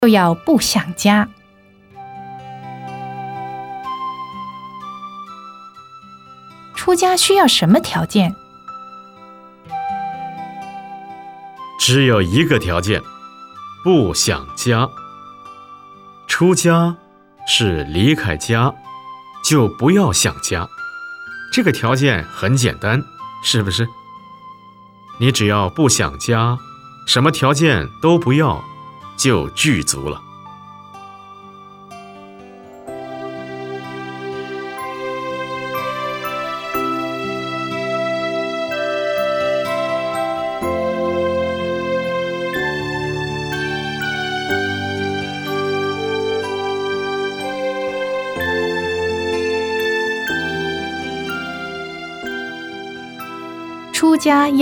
就要不想家。出家需要什么条件？ 只有一个条件，不想家。出家是离开家，就不要想家。这个条件很简单，是不是？你只要不想家，什么条件都不要，就具足了。 出家要